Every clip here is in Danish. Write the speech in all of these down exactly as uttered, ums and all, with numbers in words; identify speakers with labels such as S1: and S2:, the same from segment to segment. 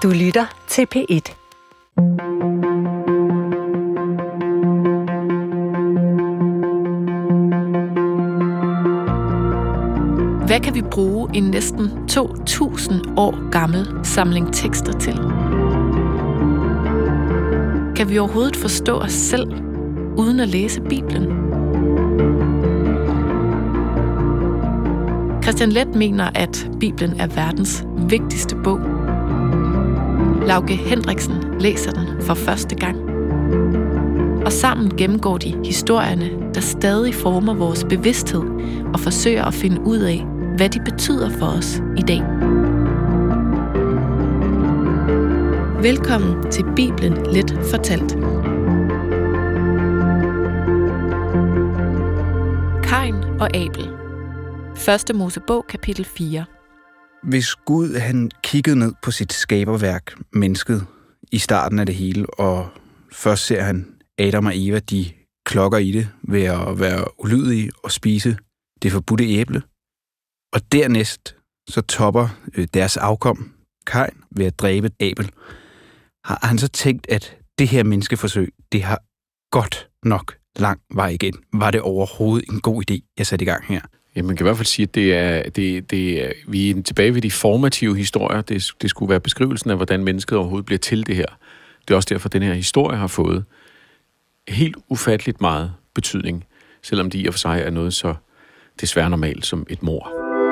S1: Du lytter til P et.
S2: Hvad kan vi bruge en næsten to tusind år gammel samling tekster til? Kan vi overhovedet forstå os selv, uden at læse Bibelen? Christian Leth mener, at Bibelen er verdens vigtigste bog. Lauke Hendriksen læser den for første gang. Og sammen gennemgår de historierne, der stadig former vores bevidsthed og forsøger at finde ud af, hvad de betyder for os i dag. Velkommen til Bibelen Let fortalt. Kain og Abel. Første Mosebog, kapitel fire.
S3: Hvis Gud han kiggede ned på sit skaberværk, mennesket, i starten af det hele, og først ser han Adam og Eva, de klokker i det ved at være ulydige og spise det forbudte æble. Og dernæst så topper deres afkom, Kain, ved at dræbe Abel. Har han så tænkt, at det her menneskeforsøg, det har godt nok lang vej igen. Var det overhovedet en god idé, jeg satte i gang her?
S4: Ja, man kan i hvert fald sige, at det er, det, det er, vi er tilbage ved de formative historier. Det, det skulle være beskrivelsen af, hvordan mennesket overhovedet bliver til det her. Det er også derfor, at den her historie har fået helt ufatteligt meget betydning, selvom det i og for sig er noget så desværre normalt som et mord.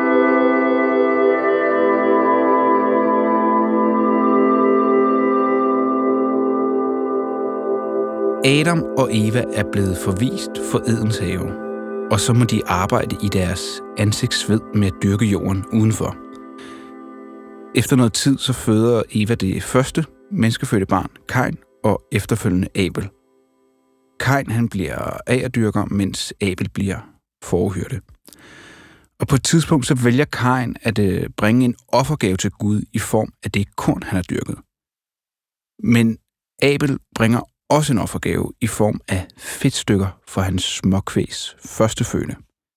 S3: Adam og Eva er blevet forvist for Edens have, og så må de arbejde i deres ansigtsved med at dyrke jorden udenfor. Efter noget tid så føder Eva det første menneskefødte barn, Kain, og efterfølgende Abel. Kain han bliver agerdyrker, mens Abel bliver fårehyrde. Og på et tidspunkt så vælger Kain at bringe en offergave til Gud i form af det korn, han har dyrket. Men Abel bringer også en offergave i form af fedtstykker fra hans småkvægs førstefødte.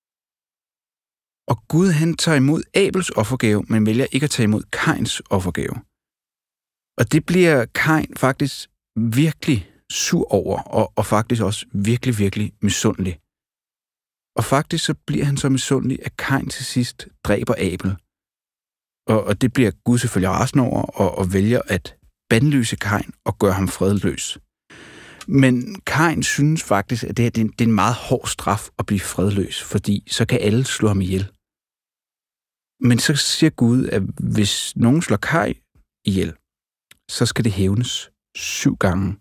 S3: Og Gud han tager imod Abels offergave, men vælger ikke at tage imod Kains offergave. Og det bliver Kain faktisk virkelig sur over, og, og faktisk også virkelig, virkelig misundelig. Og faktisk så bliver han så misundelig, at Kain til sidst dræber Abel. Og, og det bliver Gud selvfølgelig rasende over, og, og vælger at bandlyse Kain og gøre ham fredløs. Men Kain synes faktisk, at det, her, det, er en, det er en meget hård straf at blive fredløs, fordi så kan alle slå ham ihjel. Men så siger Gud, at hvis nogen slår Kain ihjel, så skal det hævnes syv gange.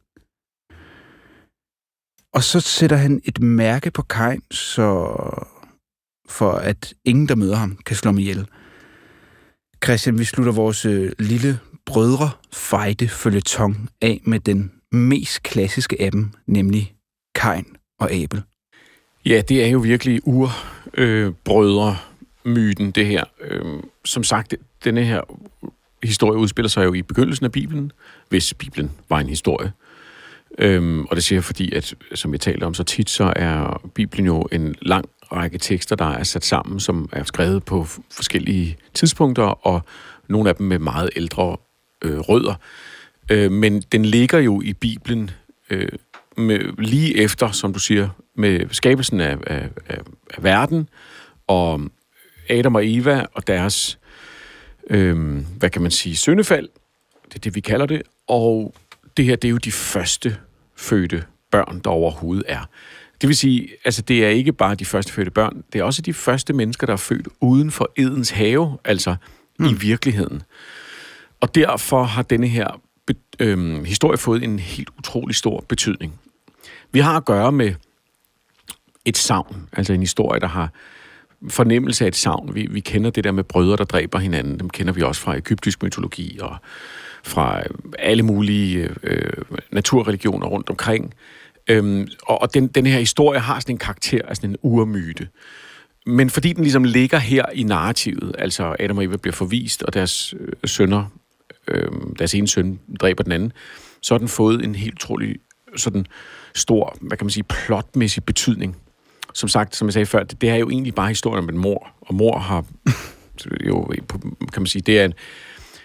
S3: Og så sætter han et mærke på Kain, så for at ingen, der møder ham, kan slå ham ihjel. Christian, vi slutter vores øh, lille brødre-fejde føljeton af med den mest klassiske af dem, nemlig Kain og Abel.
S4: Ja, det er jo virkelig urbrødre-myten, øh, det her. Øh, som sagt, denne her historie udspiller sig jo i begyndelsen af Bibelen, hvis Bibelen var en historie. Øhm, og det siger jeg, fordi, at, som jeg talte om så tit, så er Bibelen jo en lang række tekster, der er sat sammen, som er skrevet på f- forskellige tidspunkter, og nogle af dem med meget ældre øh, rødder. Øh, men den ligger jo i Bibelen øh, med, lige efter, som du siger, med skabelsen af, af, af, af verden, og Adam og Eva og deres, øh, hvad kan man sige, syndefald, det er det, vi kalder det, og det her, det er jo de første fødte børn, der overhovedet er. Det vil sige, altså det er ikke bare de første fødte børn, det er også de første mennesker, der er født uden for Edens have, altså mm. i virkeligheden. Og derfor har denne her be- øhm, historie fået en helt utrolig stor betydning. Vi har at gøre med et sagn, altså en historie, der har fornemmelse af et sagn. Vi, vi kender det der med brødre, der dræber hinanden. Dem kender vi også fra egyptisk mytologi og fra alle mulige øh, naturreligioner rundt omkring. Øhm, og og den, den her historie har sådan en karakter af sådan en urmyte. Men fordi den ligesom ligger her i narrativet, altså Adam og Eva bliver forvist, og deres øh, sønner, øh, deres ene søn dræber den anden, så har den fået en helt utrolig sådan stor, hvad kan man sige, plotmæssig betydning. Som sagt, som jeg sagde før, det, det er jo egentlig bare historien om en mor, og mor har jo, kan man sige, det er en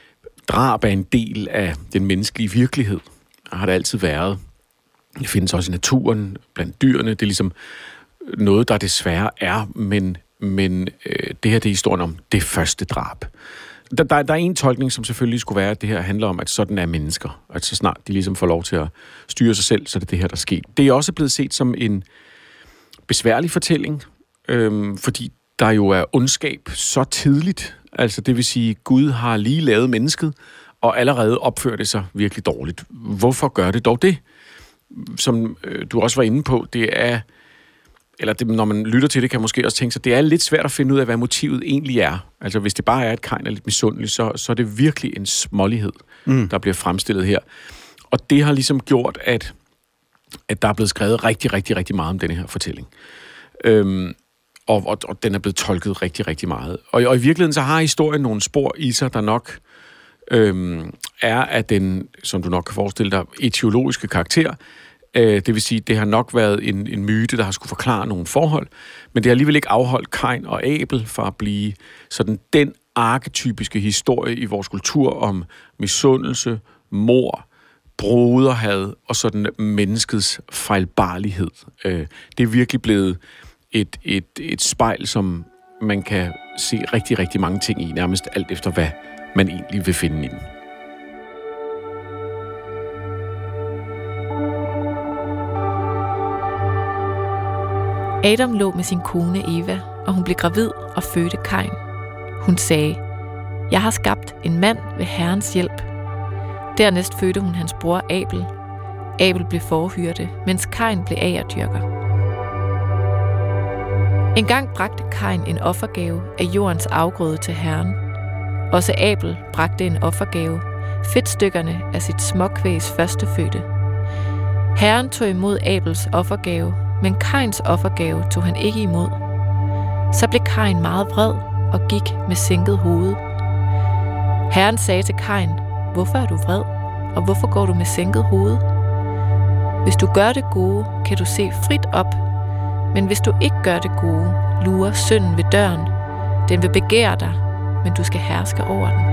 S4: drab er en del af den menneskelige virkelighed. Har det altid været. Det findes også i naturen, blandt dyrene. Det er ligesom noget, der desværre er, men, men øh, det her det er historien om det første drab. Der, der, der er en tolkning, som selvfølgelig skulle være, at det her handler om, at sådan er mennesker. At så snart de ligesom får lov til at styre sig selv, så er det det her, der sker. Det er også blevet set som en besværlig fortælling, øh, fordi der jo er ondskab så tidligt. Altså det vil sige, Gud har lige lavet mennesket, og allerede opfører det sig virkelig dårligt. Hvorfor gør det dog det? Som øh, du også var inde på, det er, eller det, når man lytter til det, kan man måske også tænke sig, det er lidt svært at finde ud af, hvad motivet egentlig er. Altså hvis det bare er, at Kain er lidt misundelig, så, så er det virkelig en smålighed, mm. der bliver fremstillet her. Og det har ligesom gjort, at, at der er blevet skrevet rigtig, rigtig, rigtig meget om denne her fortælling. Øhm, og, og, og den er blevet tolket rigtig, rigtig meget. Og, og i virkeligheden så har historien nogle spor i sig, der nok øhm, er af den, som du nok kan forestille dig, etiologiske karakter. Øh, det vil sige, det har nok været en, en myte, der har skulle forklare nogle forhold, men det har alligevel ikke afholdt Kain og Abel fra at blive sådan den arketypiske historie i vores kultur om misundelse, mord, broderhad og sådan menneskets fejlbarlighed. Øh, det er virkelig blevet et, et, et spejl, som man kan se rigtig, rigtig mange ting i, nærmest alt efter, hvad man egentlig vil finde i den.
S2: Adam lå med sin kone Eva, og hun blev gravid og fødte Kain. Hun sagde, jeg har skabt en mand ved Herrens hjælp. Dernæst fødte hun hans bror Abel. Abel blev forhyrte, mens Kain blev agerdyrker. En gang bragte Kain en offergave af jordens afgrøde til Herren. Også Abel bragte en offergave, fedtstykkerne af sit småkvægs førstefødte. Herren tog imod Abels offergave, men Kains offergave tog han ikke imod. Så blev Kain meget vred og gik med sænket hoved. Herren sagde til Kain, hvorfor er du vred, og hvorfor går du med sænket hoved? Hvis du gør det gode, kan du se frit op, men hvis du ikke gør det gode, lurer synden ved døren. Den vil begære dig, men du skal herske over den.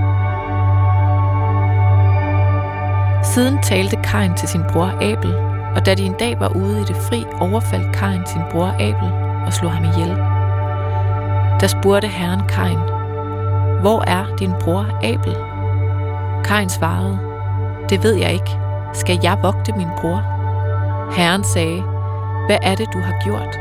S2: Siden talte Kain til sin bror Abel, og da de en dag var ude i det fri, overfaldt Kain sin bror Abel og slog ham ihjel. Der spurgte Herren Kain, hvor er din bror Abel? Kain svarede, det ved jeg ikke. Skal jeg vogte min bror? Herren sagde, hvad er det, du har gjort?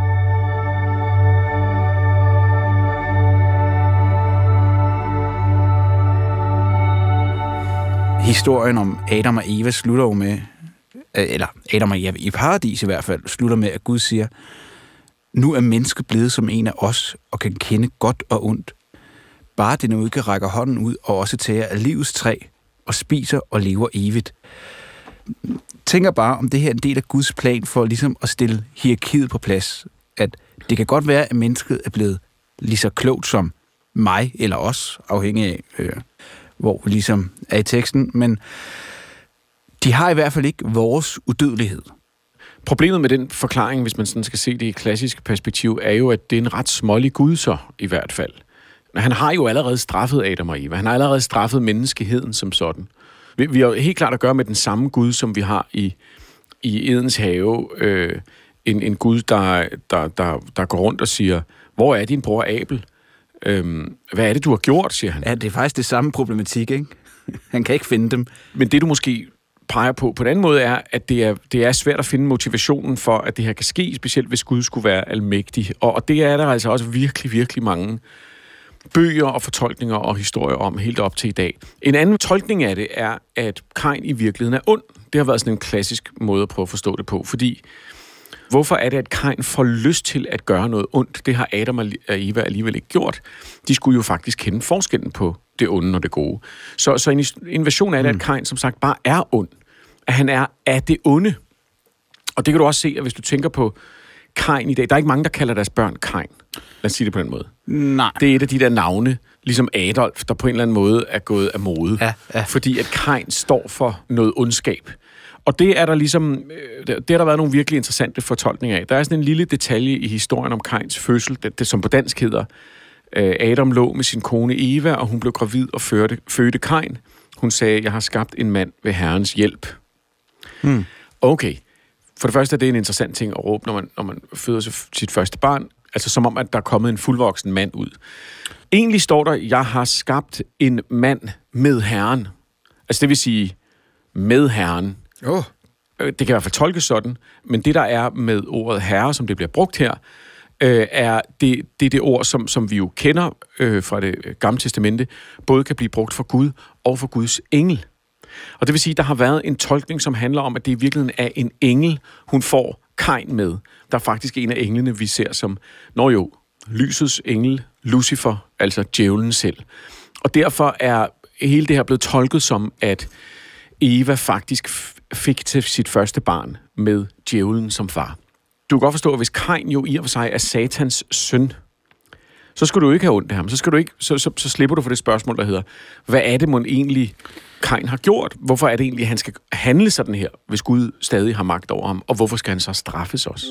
S3: Historien om Adam og Eva slutter jo med, eller Adam og Eva i paradis i hvert fald, slutter med, at Gud siger, nu er mennesket blevet som en af os, og kan kende godt og ondt. Bare det nu ikke rækker hånden ud, og også tager af livets træ, og spiser og lever evigt. Tænker bare, om det her er en del af Guds plan for ligesom at stille hierarkiet på plads. At det kan godt være, at mennesket er blevet lige så klogt som mig eller os, afhængig af, øh, hvor vi ligesom er i teksten, men de har i hvert fald ikke vores udødelighed.
S4: Problemet med den forklaring, hvis man sådan skal se det i klassisk perspektiv, er jo, at det er en ret smålig Gud så, i hvert fald. Han har jo allerede straffet Adam og Eva. Han har allerede straffet menneskeheden som sådan. Vi, vi har helt klart at gøre med den samme Gud, som vi har i, i Edens have. Øh, en, en Gud, der, der, der, der går rundt og siger, hvor er din bror Abel? Øhm, hvad er det, du har gjort, siger han.
S3: Ja, det er faktisk det samme problematik, ikke? Han kan ikke finde dem.
S4: Men det, du måske peger på på den anden måde, er, at det er, det er svært at finde motivationen for, at det her kan ske, specielt hvis Gud skulle være almægtig. Og, og det er der altså også virkelig, virkelig mange bøger og fortolkninger og historier om helt op til i dag. En anden tolkning af det er, at Kain i virkeligheden er ond. Det har været sådan en klassisk måde at prøve at forstå det på, fordi hvorfor er det, at Kain får lyst til at gøre noget ondt? Det har Adam og Eva alligevel ikke gjort. De skulle jo faktisk kende forskellen på det onde og det gode. Så, så en, en version af det, at Kain som sagt bare er ond. At han er af det onde. Og det kan du også se, at hvis du tænker på Kain i dag, der er ikke mange, der kalder deres børn Kain. Lad os sige det på den måde.
S3: Nej.
S4: Det er et af de der navne, ligesom Adolf, der på en eller anden måde er gået af mode.
S3: Ja, ja.
S4: Fordi at Kain står for noget ondskab. Og det er der ligesom, det har der været nogle virkelig interessante fortolkninger af. Der er sådan en lille detalje i historien om Kains fødsel, det, det som på dansk hedder, Adam lå med sin kone Eva, og hun blev gravid og fødte, fødte Kain. Hun sagde, jeg har skabt en mand ved Herrens hjælp.
S3: Hmm.
S4: Okay. For det første er det en interessant ting at råbe, når man, når man føder sit første barn. Altså som om, at der er kommet en fuldvoksen mand ud. Egentlig står der, jeg har skabt en mand med Herren. Altså det vil sige, med Herren.
S3: Oh.
S4: Det kan i hvert fald tolkes sådan, men det, der er med ordet herre, som det bliver brugt her, øh, er det, det er det ord, som, som vi jo kender øh, fra det gamle testamente, både kan blive brugt for Gud og for Guds engel. Og det vil sige, der har været en tolkning, som handler om, at det i virkeligheden er en engel, hun får Kain med. Der er faktisk en af englene, vi ser som, når jo, lysets engel, Lucifer, altså djævlen selv. Og derfor er hele det her blevet tolket som, at Eva faktisk fik til sit første barn med djævlen som far. Du kan godt forstå, at hvis Kain jo i og for sig er Satans søn, så skal du jo ikke have ondt af ham. Så, skal du ikke, så, så, så slipper du for det spørgsmål, der hedder, hvad er det, man egentlig Kain har gjort? Hvorfor er det egentlig, at han skal handle sådan her, hvis Gud stadig har magt over ham? Og hvorfor skal han så straffes også?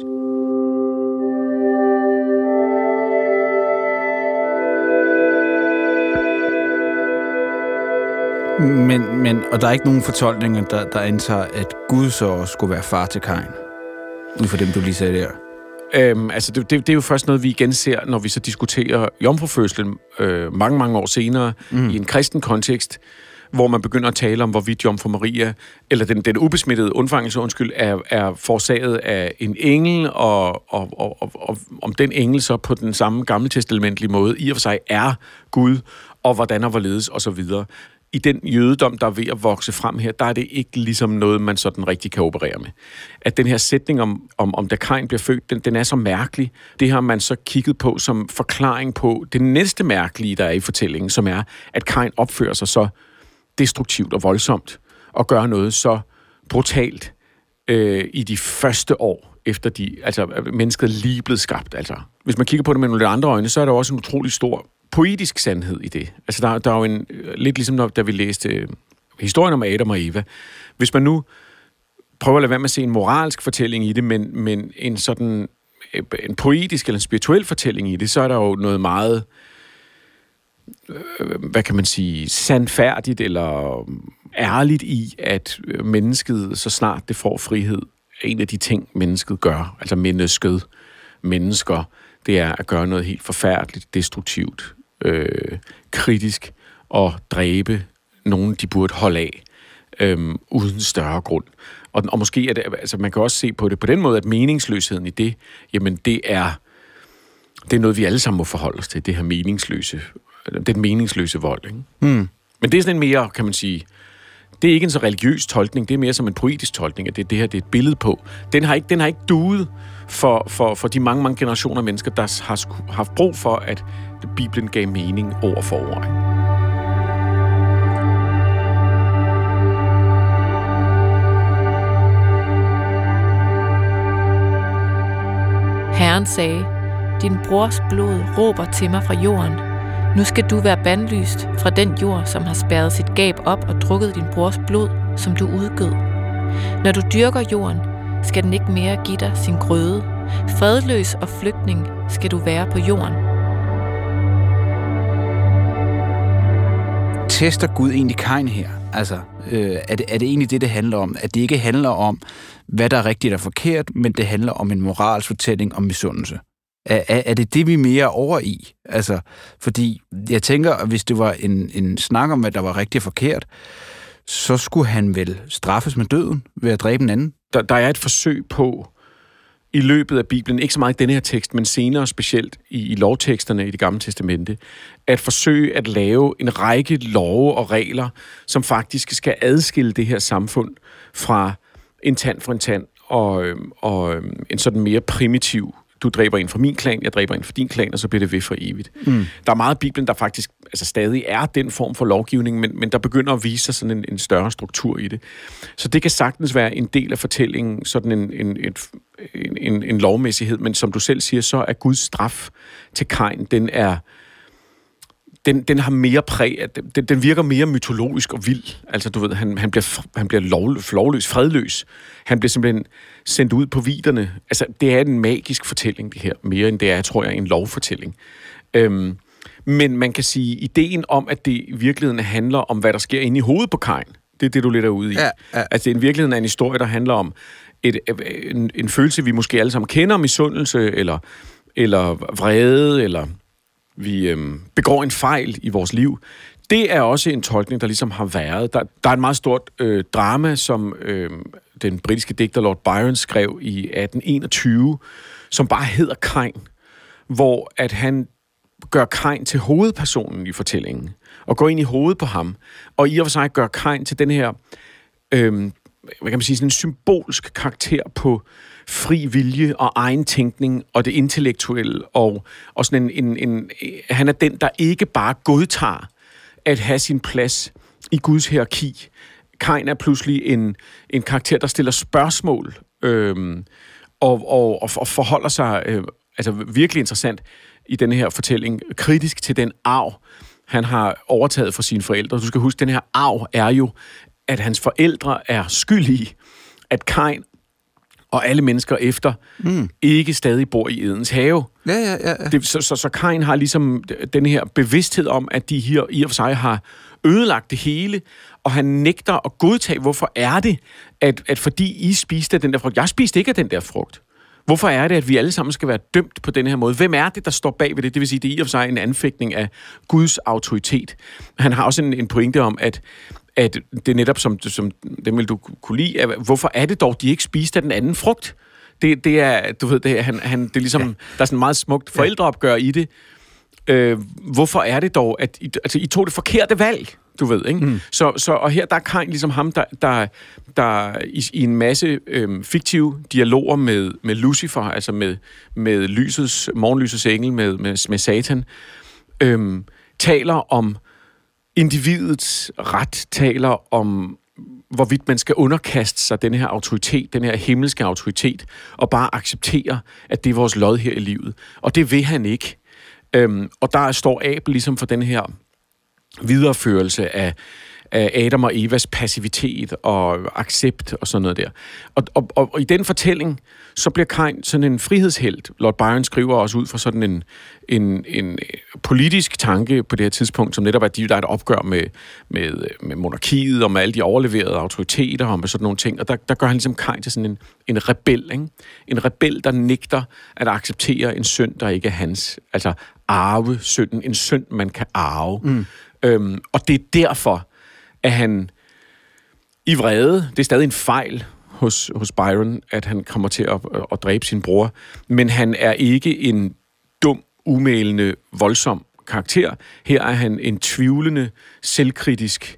S3: Men, men, og der er ikke nogen fortolkninger, der, der antager, at Gud så også skulle være far til Kain. Ud for dem, du lige sagde der.
S4: Øhm, altså, det, det, det er jo først noget, vi igen ser, når vi så diskuterer jomfrufødslen øh, mange, mange år senere mm. i en kristen kontekst, hvor man begynder at tale om, hvorvidt Jomfru Maria, eller den, den ubesmittede undfangelse, undskyld, er, er forårsaget af en engel, og, og, og, og, og om den engel så på den samme gammeltestamentlige måde i og for sig er Gud, og hvordan og hvorledes, og så videre. I den jødedom, der er ved at vokse frem her, der er det ikke ligesom noget, man sådan rigtig kan operere med. At den her sætning om, om, om da Kain bliver født, den, den er så mærkelig. Det har man så kigget på som forklaring på det næste mærkelige, der er i fortællingen, som er, at Kain opfører sig så destruktivt og voldsomt, og gør noget så brutalt øh, i de første år, efter de, altså mennesket lige blevet skabt. Altså, hvis man kigger på det med nogle andre øjne, så er der også en utrolig stor poetisk sandhed i det. Altså, der, der er jo en, lidt ligesom når, da vi læste øh, historien om Adam og Eva. Hvis man nu prøver at lade være med at se en moralsk fortælling i det, men, men en sådan en poetisk eller en spirituel fortælling i det, så er der jo noget meget, øh, hvad kan man sige, sandfærdigt eller ærligt i, at mennesket, så snart det får frihed, er en af de ting, mennesket gør, altså mennesket, mennesker, det er at gøre noget helt forfærdeligt, destruktivt, øh, kritisk og dræbe nogen, de burde holde af, øh, uden større grund. Og, og måske er det, altså man kan også se på det på den måde, at meningsløsheden i det, jamen det er, det er noget, vi alle sammen må forholde os til, det her meningsløse, den meningsløse vold, ikke?
S3: Hmm.
S4: Men det er sådan en mere, kan man sige, det er ikke en så religiøs tolkning, det er mere som en poetisk tolkning, at det, det her det er et billede på. Den har ikke, den har ikke duet for, for, for de mange, mange generationer af mennesker, der har haft brug for, at Bibelen gav mening ord for ord.
S2: Herren sagde, din brors blod råber til mig fra jorden. Nu skal du være bandlyst fra den jord, som har spærret sit gab op og drukket din brors blod, som du udgød. Når du dyrker jorden, skal den ikke mere give dig sin grøde. Fredløs og flygtning skal du være på jorden.
S3: Tester Gud egentlig Kain her? Altså, øh, er, det, er det egentlig det, det handler om? At det ikke handler om, hvad der er rigtigt og forkert, men det handler om en moralsk fortælling om misundelse? Er, er, er det det, vi er mere over i? Altså, fordi jeg tænker, at hvis det var en, en snak om, hvad der var rigtigt og forkert, så skulle han vel straffes med døden ved at dræbe en anden?
S4: Der, der er et forsøg på, i løbet af Bibelen, ikke så meget i denne her tekst, men senere specielt i, i lovteksterne i Det Gamle Testamente, at forsøge at lave en række love og regler, som faktisk skal adskille det her samfund fra en tand for en tand, og, og en sådan mere primitiv, du dræber en fra min klan, jeg dræber en fra din klan, og så bliver det ved for evigt. Mm. Der er meget af Bibelen, der faktisk altså stadig er den form for lovgivning, men, men der begynder at vise sig sådan en, en større struktur i det. Så det kan sagtens være en del af fortællingen, sådan en, en, en, en, en lovmæssighed, men som du selv siger, så er Guds straf til Kain, den er Den, den har mere præg, den, den virker mere mytologisk og vild. Altså, du ved, han, han bliver, han bliver lov, lovløs, fredløs. Han bliver simpelthen sendt ud på viderne. Altså, det er en magisk fortælling, det her, mere end det er, tror jeg, en lovfortælling. Øhm, Men man kan sige, ideen om, at det i virkeligheden handler om, hvad der sker inde i hovedet på Kain, det er det, du lidt er ude i.
S3: Ja, ja.
S4: Altså, det er i virkeligheden en historie, der handler om et, en, en følelse, vi måske alle sammen kender, misundelse, eller, eller vrede, eller vi øhm, begår en fejl i vores liv. Det er også en tolkning, der ligesom har været. Der, der er et meget stort øh, drama, som øh, den britiske digter Lord Byron skrev i atten enogtyve, som bare hedder Kain, hvor at han gør Kain til hovedpersonen i fortællingen, og går ind i hovedet på ham, og i og for sig gør Kain til den her, øh, hvad kan man sige, sådan en symbolsk karakter på fri vilje og egen tænkning og det intellektuelle, og, og sådan en, en, en, han er den, der ikke bare godtager at have sin plads i Guds hierarki. Kain er pludselig en, en karakter, der stiller spørgsmål øhm, og, og, og forholder sig øh, altså virkelig interessant i denne her fortælling, kritisk til den arv, han har overtaget fra sine forældre. Du skal huske, den her arv er jo, at hans forældre er skyld i, at Kain og alle mennesker efter mm. ikke stadig bor i Edens have.
S3: Ja, ja, ja. ja.
S4: Det, så, så, så Kain har ligesom den her bevidsthed om, at de her i og for sig har ødelagt det hele, og han nægter at godtage, hvorfor er det, at, at fordi I spiste den der frugt, jeg spiste ikke af den der frugt. Hvorfor er det, at vi alle sammen skal være dømt på den her måde? Hvem er det, der står bag ved det? Det vil sige, det er i og for sig en anfægtning af Guds autoritet. Han har også en, en pointe om, at at det er netop, som, som dem vil du kunne lide, at hvorfor er det dog, de ikke spiste af den anden frugt? Det, det er, du ved, det er, han, han, det er ligesom, ja. Der er sådan meget smukt forældreopgør i det. Øh, hvorfor er det dog, at I, altså, I tog det forkerte valg, du ved, ikke? Mm. Så, så, og her, der er Kain ligesom ham, der, der, der i, i en masse øh, fiktive dialoger med, med Lucifer, altså med, med lysets, morgenlysets engel, med, med, med Satan, øh, taler om individets ret, taler om, hvorvidt man skal underkaste sig den her autoritet, den her himmelske autoritet, og bare acceptere, at det er vores lod her i livet. Og det vil han ikke. Øhm, og der står Abel ligesom for den her videreførelse af, af Adam og Evas passivitet og accept og sådan noget der. Og, og, og, og i den fortælling, så bliver Kain sådan en frihedshelt. Lord Byron skriver også ud fra sådan en, en, en politisk tanke på det her tidspunkt, som netop er, der er et opgør med, med, med monarkiet og med alle de overleverede autoriteter og med sådan nogle ting. Og der, der gør han ligesom Kain til sådan en, en rebel, ikke? En rebel, der nægter at acceptere en synd, der ikke er hans. Altså arve synden. En synd, man kan arve. Mm. Øhm, og det er derfor, at han i vrede, det er stadig en fejl hos, hos Byron, at han kommer til at, at dræbe sin bror, men han er ikke en dum, umælende, voldsom karakter. Her er han en tvivlende, selvkritisk,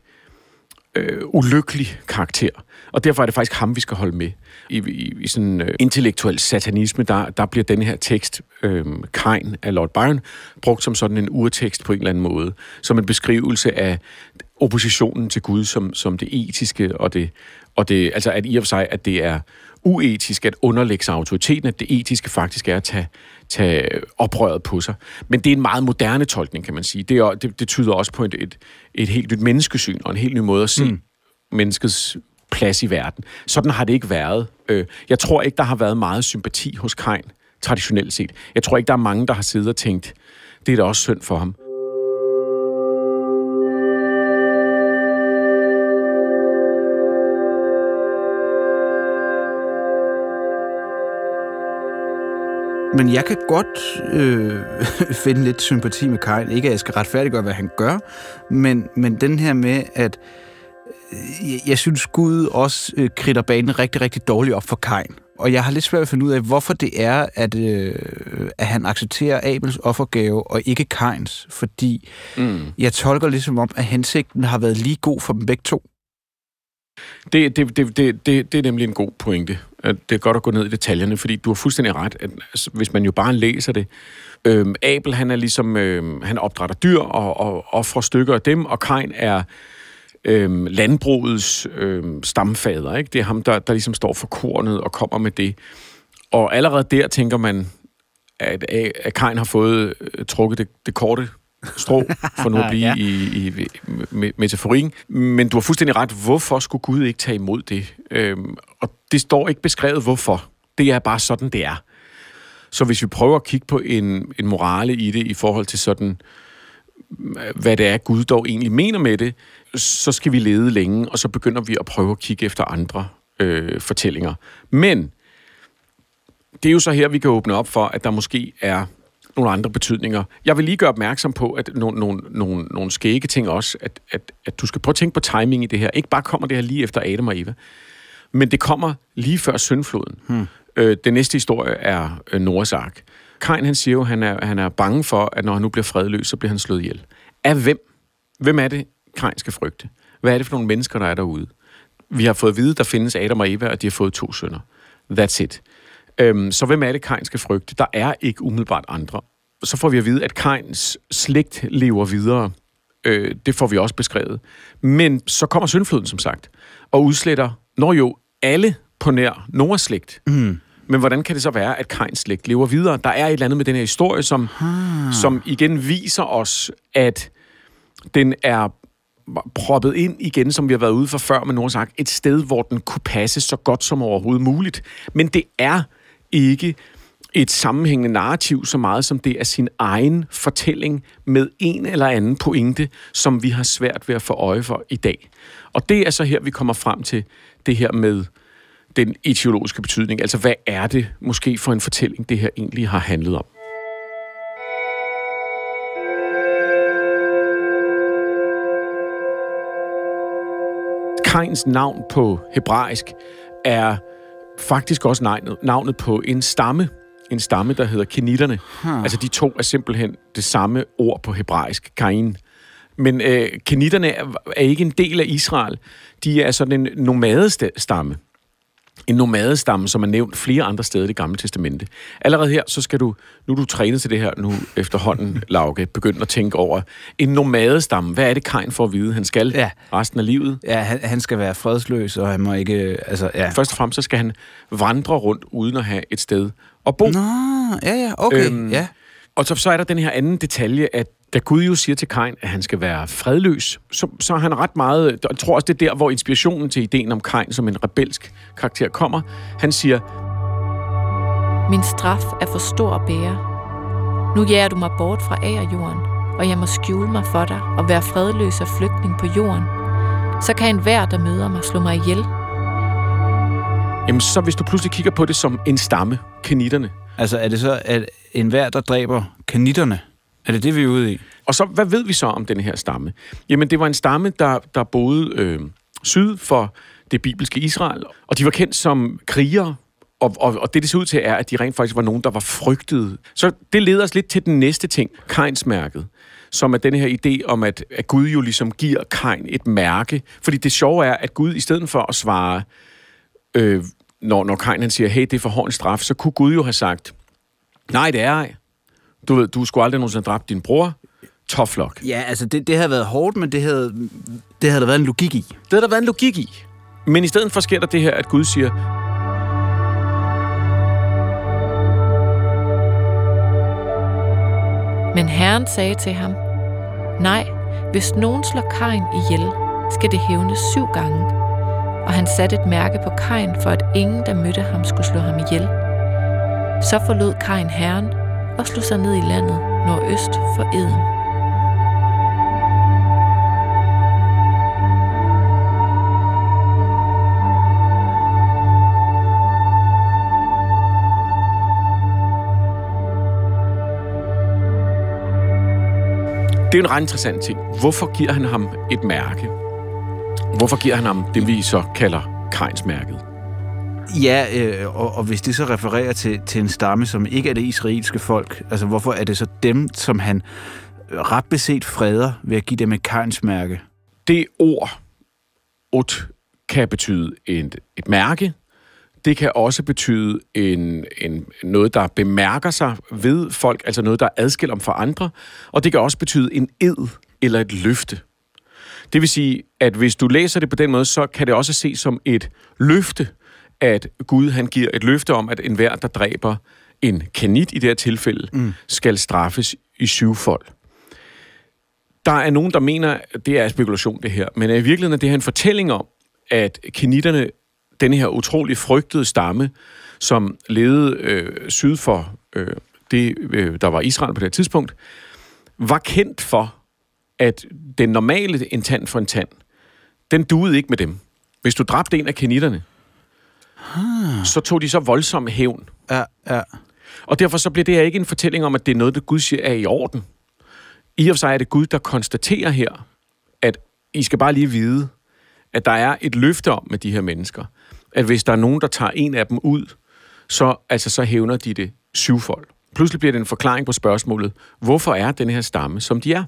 S4: øh, ulykkelig karakter. Og derfor er det faktisk ham, vi skal holde med. I, i, i sådan øh, intellektuel satanisme, der, der bliver denne her tekst, øh, Kain af Lord Byron, brugt som sådan en urtekst på en eller anden måde. Som en beskrivelse af oppositionen til Gud som, som det etiske, og det, og det, altså at i og for sig, at det er uetisk at underlægge sig autoriteten, at det etiske faktisk er at tage, tage oprøret på sig. Men det er en meget moderne tolkning, kan man sige. Det, er, det, det tyder også på et, et, et helt nyt menneskesyn, og en helt ny måde at se mm. menneskets plads i verden. Sådan har det ikke været. Jeg tror ikke, der har været meget sympati hos Kain, traditionelt set. Jeg tror ikke, der er mange, der har siddet og tænkt, det er da også synd for ham.
S3: Men jeg kan godt øh, finde lidt sympati med Kain. Ikke at jeg skal retfærdiggøre, hvad han gør, men, men den her med, at øh, jeg synes, Gud også øh, kridter banen rigtig, rigtig dårligt op for Kain. Og jeg har lidt svært ved at finde ud af, hvorfor det er, at, øh, at han accepterer Abels offergave og ikke Kains. Fordi mm. jeg tolker ligesom om, at hensigten har været lige god for dem begge to.
S4: Det, det, det, det, det, det er nemlig en god pointe. Det er godt at gå ned i detaljerne, fordi du har fuldstændig ret, at hvis man jo bare læser det. Øhm, Abel, han er ligesom, øhm, han opdrætter dyr og, og offrer stykker af dem, og Kain er øhm, landbrugets øhm, stamfader, ikke? Det er ham, der, der ligesom står for kornet og kommer med det. Og allerede der tænker man, at, at Kain har fået øh, trukket det, det korte strå, for nu at blive ja. i, i, i metaforikken. Men du har fuldstændig ret. Hvorfor skulle Gud ikke tage imod det? Øhm, og det står ikke beskrevet, hvorfor. Det er bare sådan, det er. Så hvis vi prøver at kigge på en, en morale i det, i forhold til sådan hvad det er, Gud dog egentlig mener med det, så skal vi lede længe, og så begynder vi at prøve at kigge efter andre øh, fortællinger. Men det er jo så her, vi kan åbne op for, at der måske er nogle andre betydninger. Jeg vil lige gøre opmærksom på, at nogle, nogle, nogle, nogle skægge ting også, at, at, at du skal prøve at tænke på timing i det her. Ikke bare kommer det her lige efter Adam og Eva, men det kommer lige før syndfloden. Hmm. Øh, den næste historie er øh, Noahs ark. Kain, han siger jo, han er, han er bange for, at når han nu bliver fredløs, så bliver han slået ihjel. Af hvem? Hvem er det, Kain skal frygte? Hvad er det for nogle mennesker, der er derude? Vi har fået at vide, der findes Adam og Eva, og de har fået to sønner. That's it. Øhm, så hvem er det, Kain skal frygte? Der er ikke umiddelbart andre. Så får vi at vide, at Kains slægt lever videre. Øh, det får vi også beskrevet. Men så kommer syndfloden, som sagt, og udsletter, når jo alle på nær Noahs slægt. Mm. Men hvordan kan det så være, at Kains slægt lever videre? Der er et eller andet med den her historie, som, hmm. som igen viser os, at den er proppet ind igen, som vi har været ude for før med Noahs ark, et sted, hvor den kunne passe så godt som overhovedet muligt. Men det er ikke et sammenhængende narrativ så meget, som det er sin egen fortælling med en eller anden pointe, som vi har svært ved at få øje for i dag. Og det er så her, vi kommer frem til det her med den etiologiske betydning. Altså, hvad er det måske for en fortælling, det her egentlig har handlet om? Kains navn på hebraisk er faktisk også navnet, navnet på en stamme. En stamme, der hedder kenitterne. Hmm. Altså, de to er simpelthen det samme ord på hebraisk, Kain. Men øh, kenitterne er, er ikke en del af Israel. De er sådan en nomadestamme. En nomadestamme, som er nævnt flere andre steder i Det Gamle Testamente. Allerede her, så skal du, nu er du trænet til det her, nu efterhånden, Lauke, begynde at tænke over en nomadestamme. Hvad er det, Kain får at vide? Han skal ja. resten af livet.
S3: Ja, han, han skal være fredsløs, og han må ikke... Altså, ja.
S4: Først og fremmest, så skal han vandre rundt, uden at have et sted at bo.
S3: Nå, ja, ja, okay, øhm, ja.
S4: Og så, så er der den her anden detalje, at da Gud jo siger til Kain, at han skal være fredløs, så, så er han ret meget... Jeg tror også, det er der, hvor inspirationen til ideen om Kain som en rebelsk karakter kommer. Han siger,
S2: min straf er for stor at bære. Nu jager du mig bort fra agerjorden, og jeg må skjule mig for dig og være fredløs og flygtning på jorden. Så kan enhver, der møder mig, slå mig ihjel.
S4: Jamen, så hvis du pludselig kigger på det som en stamme, kenitterne.
S3: Altså, er det så, at enhver, der dræber kenitterne? Er det det, vi er ude i?
S4: Og så, hvad ved vi så om den her stamme? Jamen, det var en stamme, der, der boede øh, syd for det bibelske Israel, og de var kendt som krigere, og, og, og det, det ser ud til, er, at de rent faktisk var nogen, der var frygtede. Så det leder os lidt til den næste ting, Kainsmærket, som er den her idé om, at, at Gud jo ligesom giver Kain et mærke. Fordi det sjove er, at Gud i stedet for at svare, øh, når, når Kain han siger, hey, det er for hård en straf, så kunne Gud jo have sagt, nej, det er ej. Du ved, du skulle aldrig nogensinde dræbe din bror. Tough luck.
S3: Ja, altså det, det havde været hårdt, men det havde, det havde der været en logik i.
S4: Det havde der været en logik i. Men i stedet for sker der det her, at Gud siger,
S2: men Herren sagde til ham, nej, hvis nogen slår Kain ihjel, skal det hævnes syv gange. Og han satte et mærke på Kain, for at ingen, der mødte ham, skulle slå ham ihjel. Så forlod Kain Herren og slog sig ned i landet nordøst for Eden.
S4: Det er en ret interessant ting. Hvorfor giver han ham et mærke? Hvorfor giver han ham det, vi så kalder Kainsmærket?
S3: Ja, øh, og, og hvis det så refererer til, til en stamme, som ikke er det israelske folk, altså hvorfor er det så dem, som han ret beset freder ved at give dem et Kainsmærke?
S4: Det ord, ot, kan betyde et, et mærke. Det kan også betyde en, en, noget, der bemærker sig ved folk, altså noget, der adskiller dem fra andre. Og det kan også betyde en ed eller et løfte. Det vil sige, at hvis du læser det på den måde, så kan det også ses som et løfte, at Gud han giver et løfte om, at enhver, der dræber en kenit i det her tilfælde, mm. skal straffes i syvfold. Der er nogen, der mener, at det er spekulation det her, men i virkeligheden er det her en fortælling om, at kenitterne, denne her utrolig frygtede stamme, som levede øh, syd for øh, det, øh, der var Israel på det tidspunkt, var kendt for at den normale en tand for en tand, den duede ikke med dem. Hvis du dræbte en af kenitterne, ah. så tog de så voldsom hævn.
S3: Ja, ja.
S4: Og derfor så bliver det her ikke en fortælling om, at det er noget, der Gud siger er i orden. I og for sig er det Gud, der konstaterer her, at I skal bare lige vide, at der er et løfte om med de her mennesker, at hvis der er nogen, der tager en af dem ud, så, altså, så hævner de det syvfold. Pludselig bliver det en forklaring på spørgsmålet, hvorfor er den her stamme, som de er?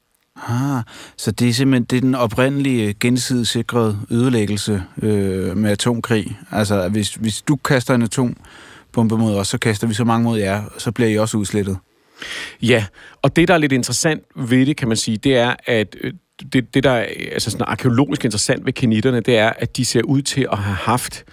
S3: Ah, så det er simpelthen det er den oprindelige gensidigt sikrede ødelæggelse øh, med atomkrig. Altså, hvis, hvis du kaster en atombombe mod os, så kaster vi så mange mod jer, og så bliver I også udslettet.
S4: Ja, og det, der er lidt interessant ved det, kan man sige, det er, at det, det der er altså sådan arkæologisk interessant ved kenitterne, det er, at de ser ud til at have haft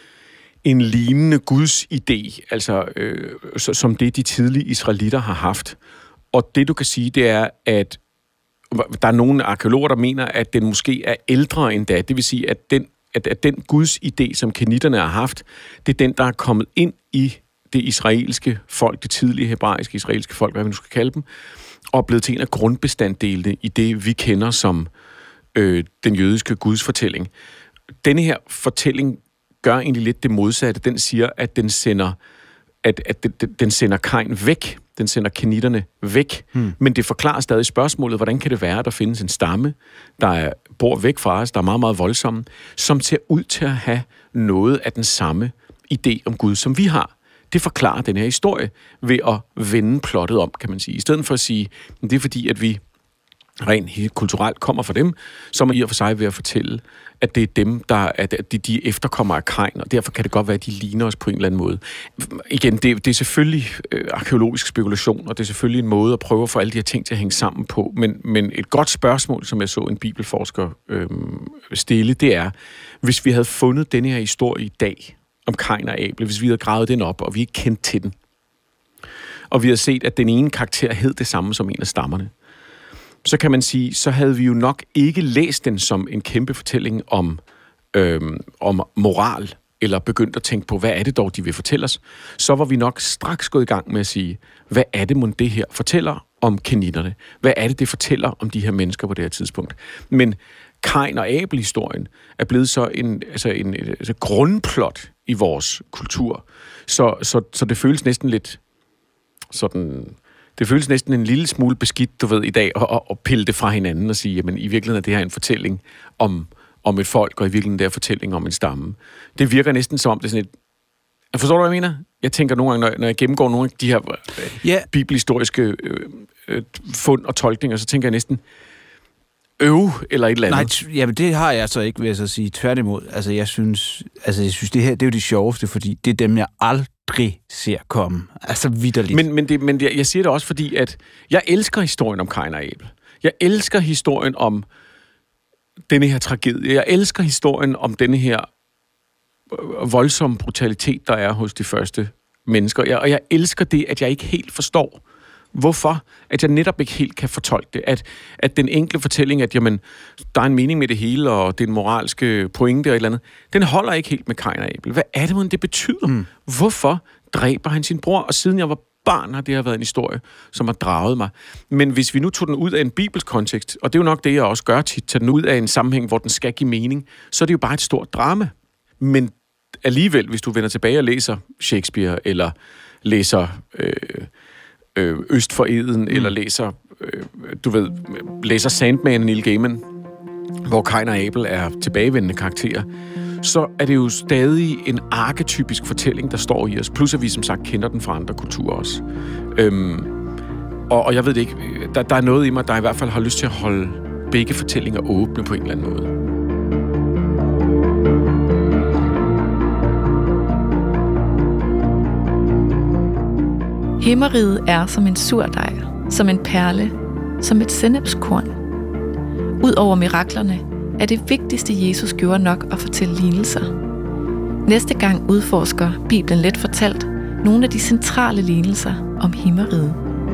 S4: en lignende Guds idé, altså øh, som det, de tidlige israelitter har haft. Og det, du kan sige, det er, at der er nogle arkæologer, der mener, at den måske er ældre end da. Det vil sige, at den, at, at den Guds idé, som kenitterne har haft, det er den, der er kommet ind i det israelske folk, det tidlige hebraiske israelske folk, hvad vi nu skal kalde dem, og blevet til en af grundbestanddelene i det, vi kender som øh, den jødiske gudsfortælling. Denne her fortælling gør egentlig lidt det modsatte. Den siger, at den sender, at, at den, den sender Kain væk. Den sender kenitterne væk. Hmm. Men det forklarer stadig spørgsmålet, hvordan kan det være, at der findes en stamme, der er, bor væk fra os, der er meget, meget voldsomme, som ser ud til at have noget af den samme idé om Gud, som vi har. Det forklarer den her historie ved at vende plottet om, kan man sige. I stedet for at sige, at det er fordi, at vi rent helt kulturelt kommer fra dem, så er man i og for sig ved at fortælle, at det er dem, der er de, de efterkommer af Kain, og derfor kan det godt være, at de ligner os på en eller anden måde. Igen, det, det er selvfølgelig øh, arkæologisk spekulation, og det er selvfølgelig en måde at prøve at få alle de her ting til at hænge sammen på, men, men et godt spørgsmål, som jeg så en bibelforsker øh, stille, det er, hvis vi havde fundet denne her historie i dag, om Kain og Abel, hvis vi havde gravet den op, og vi ikke kendte til den, og vi havde set, at den ene karakter hed det samme som en af stammerne, så kan man sige, så havde vi jo nok ikke læst den som en kæmpe fortælling om, øhm, om moral, eller begyndt at tænke på, hvad er det dog, de vil fortælle os. Så var vi nok straks gået i gang med at sige, hvad er det, mon det her fortæller om kenitterne? Hvad er det, det fortæller om de her mennesker på det her tidspunkt? Men Kain og Abel-historien er blevet så en, altså en altså grundplot i vores kultur, så, så, så det føles næsten lidt sådan... Det føles næsten en lille smule beskidt, du ved, i dag, at, at pille det fra hinanden og sige, jamen i virkeligheden er det her en fortælling om, om et folk, og i virkeligheden er det en fortælling om en stamme. Det virker næsten som om det er sådan et... Forstår du, hvad jeg mener? Jeg tænker nogle gange, når, når jeg gennemgår nogle af de her yeah. bibelhistoriske øh, øh, fund og tolkninger, så tænker jeg næsten, øv eller et eller andet.
S3: Nej, jamen det har jeg så ikke, vil jeg så sige. Tværtimod. Altså jeg synes, altså jeg synes det her, det er jo det sjoveste, fordi det er dem, jeg aldrig ser komme. Altså vitterligt.
S4: Men, men, det, men det, jeg siger det også, fordi at jeg elsker historien om Kain og Abel. Jeg elsker historien om denne her tragedie. Jeg elsker historien om denne her voldsomme brutalitet, der er hos de første mennesker. Jeg, og jeg elsker det, at jeg ikke helt forstår, hvorfor, at jeg netop ikke helt kan fortolke det. At, at den enkle fortælling, at jamen, der er en mening med det hele, og det er en moralske pointe og et eller andet, den holder ikke helt med Kain og Abel. Hvad er det, man det betyder? Mm. Hvorfor dræber han sin bror? Og siden jeg var barn, har det her været en historie, som har draget mig. Men hvis vi nu tog den ud af en bibelsk kontekst, og det er jo nok det, jeg også gør tit, tager den ud af en sammenhæng, hvor den skal give mening, så er det jo bare et stort drama. Men alligevel, hvis du vender tilbage og læser Shakespeare, eller læser... Øh, Øst for Eden, mm. eller læser, øh, du ved, læser Sandman af Neil Gaiman, hvor Kain og Abel er tilbagevendende karakterer, så er det jo stadig en arketypisk fortælling, der står i os. Plus at vi som sagt kender den fra andre kulturer også. Øhm, og, og jeg ved det ikke, der, der er noget i mig, der i hvert fald har lyst til at holde begge fortællinger åbne på en eller anden måde.
S2: Himmeriget er som en surdej, som en perle, som et sennepskorn. Udover miraklerne er det vigtigste, Jesus gjorde, nok at fortælle lignelser. Næste gang udforsker Bibelen let fortalt nogle af de centrale lignelser om himmeriget.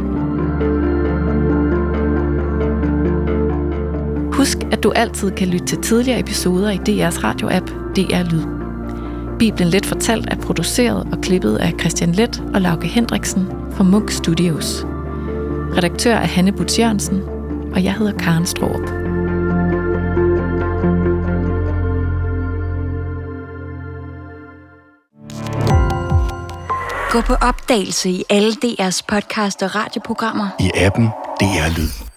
S2: Husk, at du altid kan lytte til tidligere episoder i D R's radioapp D R Lyd. Bibelen let fortalt er produceret og klippet af Christian Leth og Lauke Hendriksen fra Munk Studios. Redaktør er Hanne Butz Jørgensen, og jeg hedder Karen Straarup.
S1: Gå på opdagelse i alle D R's podcast og radioprogrammer.
S5: I appen D R Lyd.